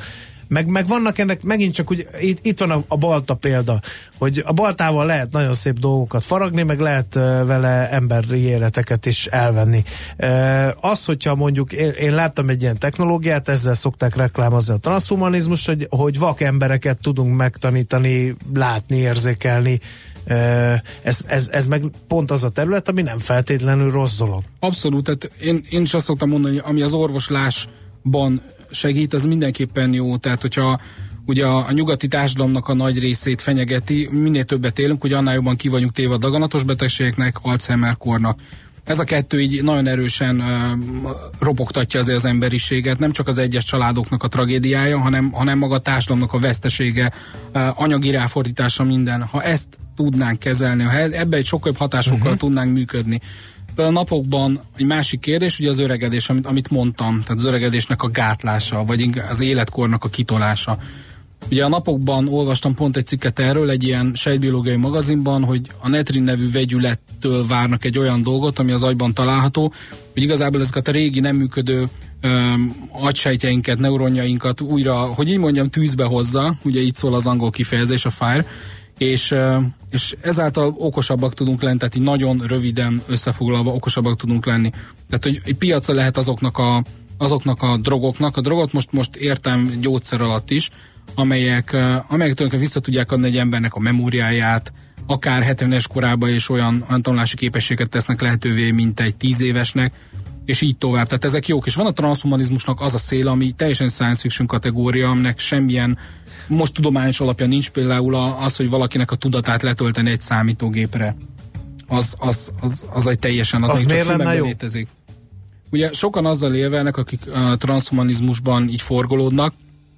Meg, meg vannak ennek megint csak úgy, itt, itt van a, a balta példa, hogy a baltával lehet nagyon szép dolgokat faragni, meg lehet uh, vele emberi életeket is elvenni. Uh, az, hogyha mondjuk én, én láttam egy ilyen technológiát, ezzel szokták reklámozni a transhumanizmust, hogy, hogy vak embereket tudunk megtanítani, látni, érzékelni. Uh, ez, ez, ez meg pont az a terület, ami nem feltétlenül rossz dolog.
Abszolút, tehát én, én is azt szoktam mondani, ami az orvoslásban segít, az mindenképpen jó, tehát hogyha ugye a, a nyugati társadalomnak a nagy részét fenyegeti, minél többet élünk, hogy annál jobban ki vagyunk téve a daganatos betegségeknek, Alzheimer-kornak. Ez a kettő így nagyon erősen uh, ropogtatja azért az emberiséget, nem csak az egyes családoknak a tragédiája, hanem, hanem maga a társadalomnak a vesztesége, uh, anyagi ráfordítása, minden. Ha ezt tudnánk kezelni, ha ebbe egy sokkal jobb hatásokkal uh-huh. tudnánk működni. A napokban egy másik kérdés, ugye az öregedés, amit, amit mondtam, tehát az öregedésnek a gátlása, vagy az életkornak a kitolása. Ugye a napokban olvastam pont egy cikket erről, egy ilyen sejtbiológiai magazinban, hogy a netrin nevű vegyülettől várnak egy olyan dolgot, ami az agyban található, hogy igazából ezeket a régi nem működő öm, agysejtjeinket, neuronjainkat újra, hogy így mondjam, tűzbe hozza, ugye így szól az angol kifejezés, a fire, és, és ezáltal okosabbak tudunk lenni, tehát így nagyon röviden összefoglalva okosabbak tudunk lenni. Tehát, hogy egy piaca lehet azoknak a, azoknak a drogoknak, a drogot most, most értem gyógyszer alatt is, amelyek, amelyek tulajdonképpen vissza tudják adni egy embernek a memóriáját, akár hetven éves korában is olyan, olyan tanulási képességet tesznek lehetővé, mint egy tíz évesnek, és így tovább. Tehát ezek jók, és van a transhumanizmusnak az a szél, ami teljesen science fiction kategória, aminek semmilyen most tudományos alapja nincs, például az, hogy valakinek a tudatát letölteni egy számítógépre. Az, az, az, az egy teljesen, az, az még csak filmekben létezik. Ugye sokan azzal érvelnek, akik a transhumanizmusban így forgolódnak,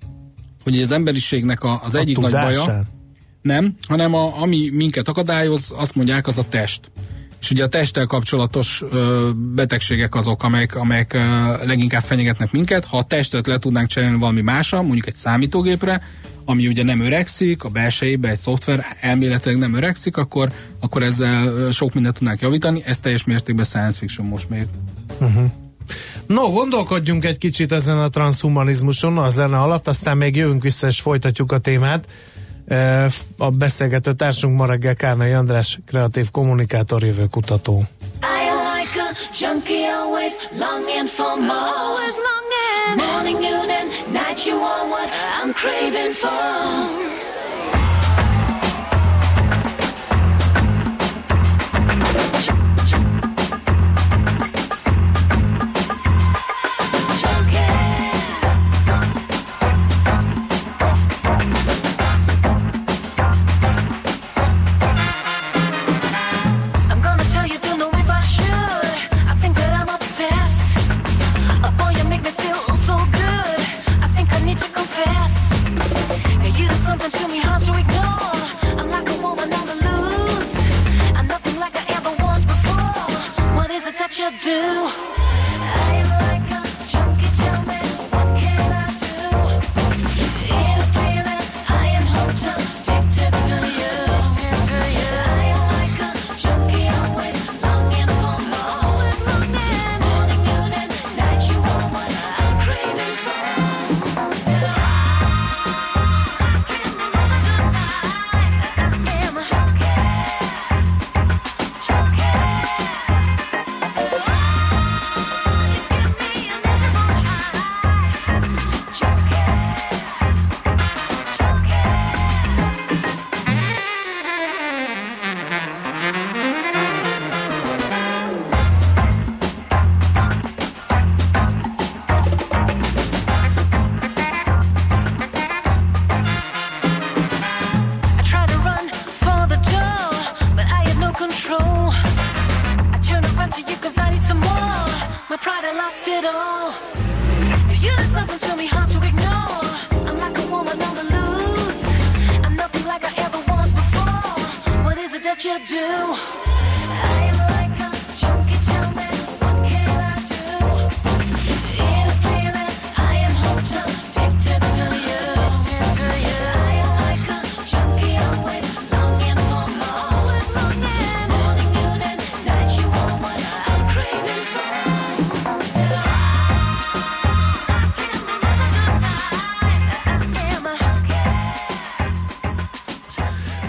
hogy az emberiségnek a, az a egyik tudásán. Nagy baja, nem, hanem a, ami minket akadályoz, azt mondják, az a test. És ugye a testtel kapcsolatos ö, betegségek azok, amelyek, amelyek ö, leginkább fenyegetnek minket. Ha a testet le tudnánk cserélni valami másra, mondjuk egy számítógépre, ami ugye nem öregszik, a belsejében egy szoftver elméletileg nem öregszik, akkor, akkor ezzel sok mindent tudnánk javítani. Ez teljes mértékben science fiction most még.
Uh-huh. No, gondolkodjunk egy kicsit ezen a transhumanizmuson a zene alatt, aztán még jövünk vissza és folytatjuk a témát. A beszélgető társunk ma reggel Kárnai András, kreatív kommunikátor, jövőkutató.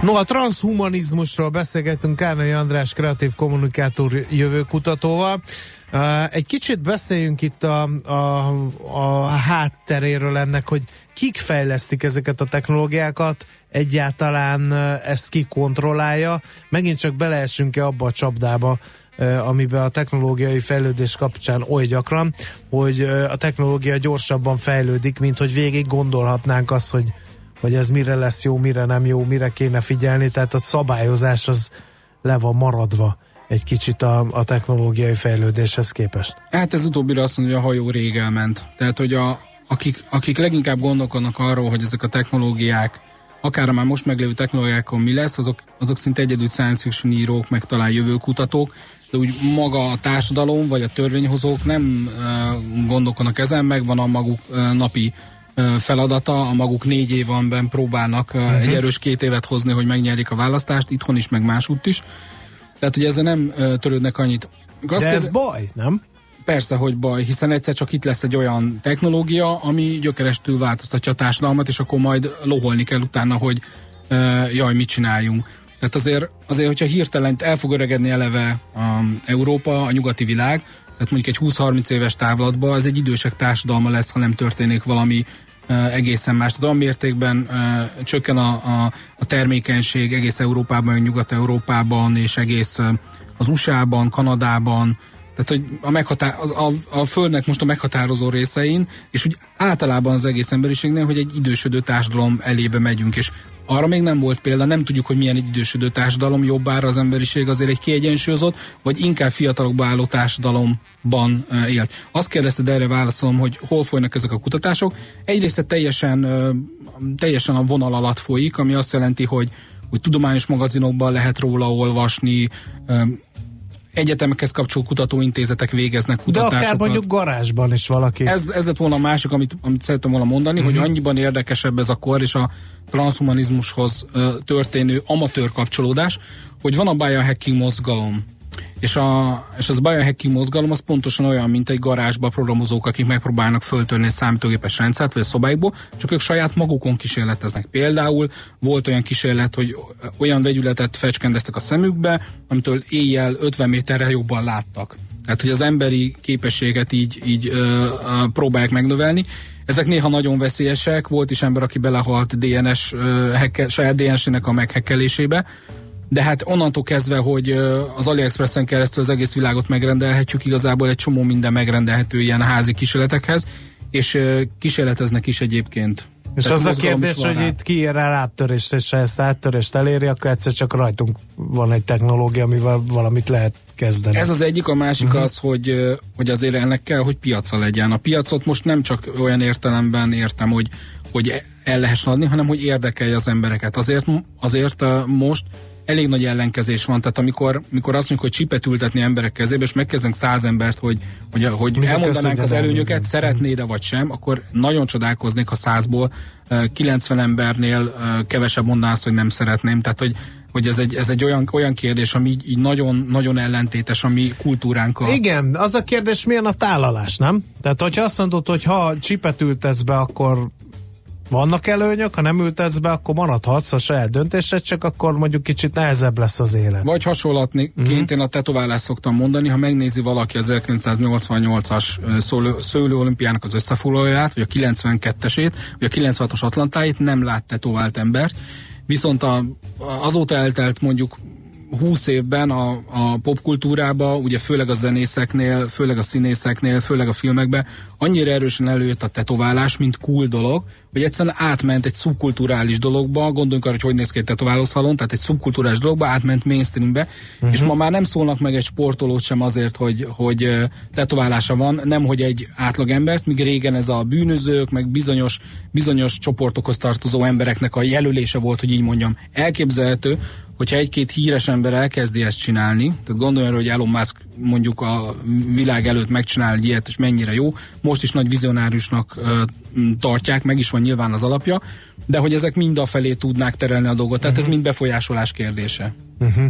No, a transhumanizmusról beszélgettünk Kárnai András kreatív kommunikátor jövőkutatóval. Egy kicsit beszéljünk itt a, a, a hátteréről ennek, hogy kik fejlesztik ezeket a technológiákat, egyáltalán ezt ki kontrollálja. Megint csak beleessünk-e abba a csapdába, amiben a technológiai fejlődés kapcsán oly gyakran, hogy a technológia gyorsabban fejlődik, mint hogy végig gondolhatnánk azt, hogy, hogy ez mire lesz jó, mire nem jó, mire kéne figyelni, tehát a szabályozás az le van maradva egy kicsit a, a technológiai fejlődéshez képest.
Hát ez utóbbira azt mondja, hogy a hajó rég elment. Tehát, hogy a, akik, akik leginkább gondolkodnak arról, hogy ezek a technológiák, akár a már most meglévő technológiákon mi lesz, azok, azok szinte egyedül science fiction írók, meg talán jövőkutatók, de úgy maga a társadalom, vagy a törvényhozók nem uh, gondolkodnak ezen, meg van a maguk uh, napi uh, feladata, a maguk négy évben próbálnak uh, uh-huh. egy erős két évet hozni, hogy megnyerjék a választást, itthon is, meg másútt is. Tehát, hogy ezzel nem uh, törődnek annyit.
Azt de ez kérde... baj, nem?
Persze, hogy baj, hiszen egyszer csak itt lesz egy olyan technológia, ami gyökerestül változtatja a társadalmat, és akkor majd loholni kell utána, hogy uh, jaj, mit csináljunk. Tehát azért, azért, hogyha hirtelen el fog öregedni eleve um, Európa, a nyugati világ, tehát mondjuk egy húsz-harminc éves távlatban, ez egy idősek társadalma lesz, ha nem történik valami uh, egészen más. Tehát olyan mértékben uh, csökken a, a, a termékenység egész Európában, Nyugat-Európában, és egész uh, az u es á-ban, Kanadában, tehát, hogy a, meghatá- a, a, a Földnek most a meghatározó részein, és úgy általában az egész emberiségnél, hogy egy idősödő társadalom elébe megyünk, és arra még nem volt példa, nem tudjuk, hogy milyen egy idősödő társadalom, jobbára az emberiség azért egy kiegyensúlyozott, vagy inkább fiatalokba álló társadalomban uh, élt. Azt kérdezted, erre válaszolom, hogy hol folynak ezek a kutatások. Egyrészt teljesen, uh, teljesen a vonal alatt folyik, ami azt jelenti, hogy, hogy tudományos magazinokban lehet róla olvasni, uh, egyetemekhez kapcsoló kutatóintézetek végeznek kutatásokat.
De akár mondjuk garázsban is valaki.
Ez, ez lett volna a másik, amit, amit szerettem volna mondani, uh-huh. hogy annyiban érdekesebb ez a kor és a transhumanizmushoz uh, történő amatőr kapcsolódás, hogy van a biohacking mozgalom. És, a, és az biohacking mozgalom az pontosan olyan, mint egy garázsba programozók, akik megpróbálnak föltörni egy számítógépes rendszert, vagy a szobáikból, csak ők saját magukon kísérleteznek. Például volt olyan kísérlet, hogy olyan vegyületet fecskendeztek a szemükbe, amitől éjjel ötven méterre jobban láttak. Tehát, hogy az emberi képességet így, így ö, ö, próbálják megnövelni. Ezek néha nagyon veszélyesek. Volt is ember, aki belehalt dé en es, ö, hacke, saját dé en es-ének a meghekkelésébe. De hát onnantól kezdve, hogy az AliExpressen keresztül az egész világot megrendelhetjük, igazából egy csomó minden megrendelhető ilyen házi kísérletekhez, és kísérleteznek is egyébként.
És tehát az a kérdés, hogy rá. Itt kiír el áttörést, és ha ezt áttörést eléri, akkor egyszer csak rajtunk van egy technológia, amivel valamit lehet kezdeni.
Ez az egyik, a másik uh-huh. az, hogy, hogy azért ennek kell, hogy piaca legyen. A piacot most nem csak olyan értelemben értem, hogy, hogy el lehessen adni, hanem hogy érdekelje az embereket. Azért, azért most elég nagy ellenkezés van, tehát amikor, amikor azt mondjuk, hogy csipet ültetni emberek kezébe, és megkezdünk száz embert, hogy, hogy, hogy elmondanánk az előnyöket, szeretnéd-e vagy sem, akkor nagyon csodálkoznék, ha százból kilencven embernél kevesebb mondanász, hogy nem szeretném. Tehát, hogy, hogy ez egy, ez egy olyan, olyan kérdés, ami így, így nagyon, nagyon ellentétes a mi kultúránkkal.
Igen, az a kérdés, milyen a tálalás, nem? Tehát, hogyha azt mondod, hogy ha csipet ültetsz be, akkor vannak előnyök, ha nem ültetsz be, akkor maradhatsz a saját döntésed, csak akkor mondjuk kicsit nehezebb lesz az élet.
Vagy hasonlatként uh-huh. én a tetoválást szoktam mondani, ha megnézi valaki az ezerkilencszáznyolcvannyolcas szőlőolimpiának az összefoglalóját, vagy a kilencvenkettesét, vagy a kilencvenhatos Atlantáit, nem lát tetovált embert. Viszont a, azóta eltelt mondjuk húsz évben a, a popkultúrában, ugye főleg a zenészeknél, főleg a színészeknél, főleg a filmekben annyira erősen előjött a tetoválás, mint cool dolog, hogy egyszerűen átment egy szubkulturális dologba, gondoljunk arra, hogy hogy néz ki egy tetoválószalon, tehát egy szubkulturális dologba átment mainstreambe, uh-huh. és ma már nem szólnak meg egy sportolót sem azért, hogy, hogy tetoválása van, nem hogy egy átlagembert, míg régen ez a bűnözők, meg bizonyos, bizonyos csoportokhoz tartozó embereknek a jelölése volt, hogy így mondjam. Elképzelhető, hogyha egy-két híres ember elkezdi ezt csinálni, tehát gondoljon, hogy Elon Musk mondjuk a világ előtt megcsinál egy ilyet, és mennyire jó, most is nagy vizionáriusnak uh, tartják, meg is van nyilván az alapja, de hogy ezek mind afelé tudnák terelni a dolgot, tehát uh-huh. ez mind befolyásolás kérdése.
Uh-huh.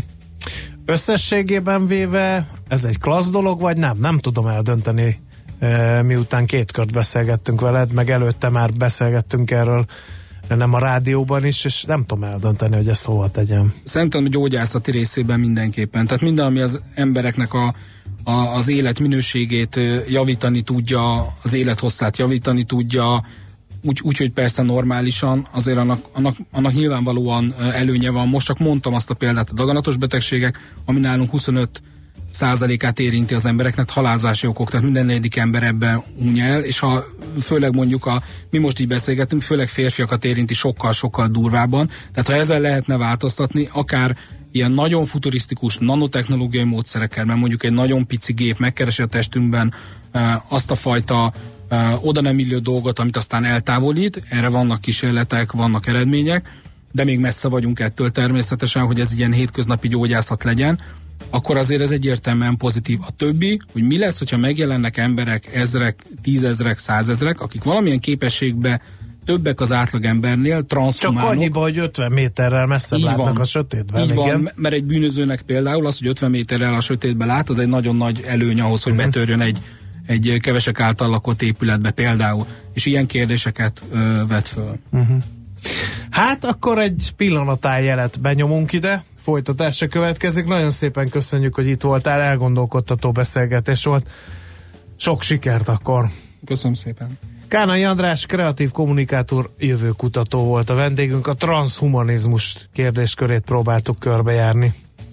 Összességében véve ez egy klassz dolog, vagy nem? Nem tudom eldönteni, uh, miután két kört beszélgettünk veled, meg előtte már beszélgettünk erről nem a rádióban is, és nem tudom eldönteni, hogy ezt hova tegyem.
Szerintem a gyógyászati részében mindenképpen. Tehát minden, ami az embereknek a, a, az életminőségét javítani tudja, az élethosszát javítani tudja, úgy, úgy hogy persze normálisan, azért annak, annak, annak nyilvánvalóan előnye van. Most csak mondtam azt a példát, a daganatos betegségek, ami nálunk huszonöt százalékát érinti az embereknek, halálozási okok, tehát minden negyedik ember ebben unja el, és ha főleg mondjuk a, mi most így beszélgetünk, főleg férfiakat érinti sokkal-sokkal durvábban, tehát ha ezzel lehetne változtatni, akár ilyen nagyon futurisztikus nanotechnológiai módszerekkel, mert mondjuk egy nagyon pici gép megkeresi a testünkben e, azt a fajta e, oda nem illő dolgot, amit aztán eltávolít, erre vannak kísérletek, vannak eredmények, de még messze vagyunk ettől természetesen, hogy ez ilyen hétköznapi gyógyászat legyen, akkor azért ez egyértelműen pozitív. A többi, hogy mi lesz, hogyha megjelennek emberek, ezrek, tízezrek, százezrek, akik valamilyen képességbe többek az átlagembernél, transzhumánok.
Csak annyiba, hogy ötven méterrel messzebb látnak van. A sötétben.
Így
igen.
van, mert egy bűnözőnek például az, hogy ötven méterrel a sötétben lát, az egy nagyon nagy előny ahhoz, hogy uh-huh. betörjön egy, egy kevesek által lakott épületbe például. És ilyen kérdéseket ö, vet föl.
Uh-huh. Hát akkor egy pillanatájelet benyomunk ide, folytatásra következik. Nagyon szépen köszönjük, hogy itt voltál, elgondolkodtató beszélgetés volt. Sok sikert akkor!
Köszönöm szépen!
Kánai András, kreatív kommunikátor, jövőkutató volt a vendégünk. A transzhumanizmus kérdéskörét próbáltuk körbejárni.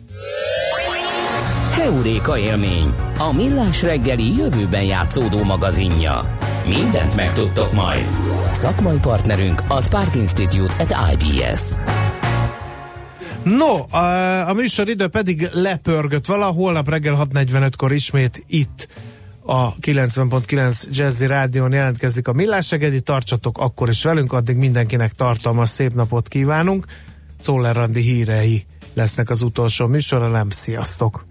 Heuréka élmény, a Millás reggeli jövőben játszódó magazinja. Mindent megtudtok majd. Szakmai partnerünk a Spark Institute at I B S.
No, a, a műsoridő pedig lepörgött vala, holnap reggel hat negyvenötkor ismét itt a kilencven pont kilenc Jazzy Rádión jelentkezik a Millás reggeli, tartsatok akkor is velünk, addig mindenkinek tartalmas szép napot kívánunk. Czoller Andi hírei lesznek az utolsó műsora, nem sziasztok!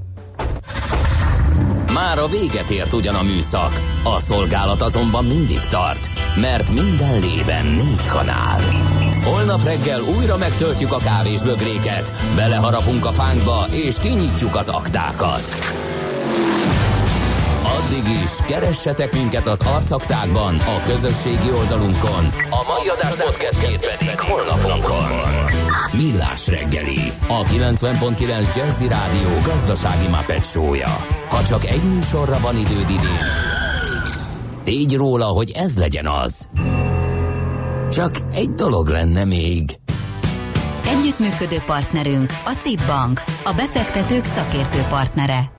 Már a véget ért ugyan a műszak, a szolgálat azonban mindig tart, mert minden lében négy kanál. Holnap reggel újra megtöltjük a kávésbögréket, beleharapunk a fánkba és kinyitjuk az aktákat. Addig is keressetek minket az arcaktákban, a közösségi oldalunkon, a mai adás podcastjét pedig holnapunkon. Millás reggeli, a kilencven pont kilenc Jazzy Rádió gazdasági Muppet show-ja. Ha csak egy műsorra van időd idén, tégy róla, hogy ez legyen az. Csak egy dolog lenne még.
Együttműködő partnerünk a cé i pé Bank, a befektetők szakértő partnere.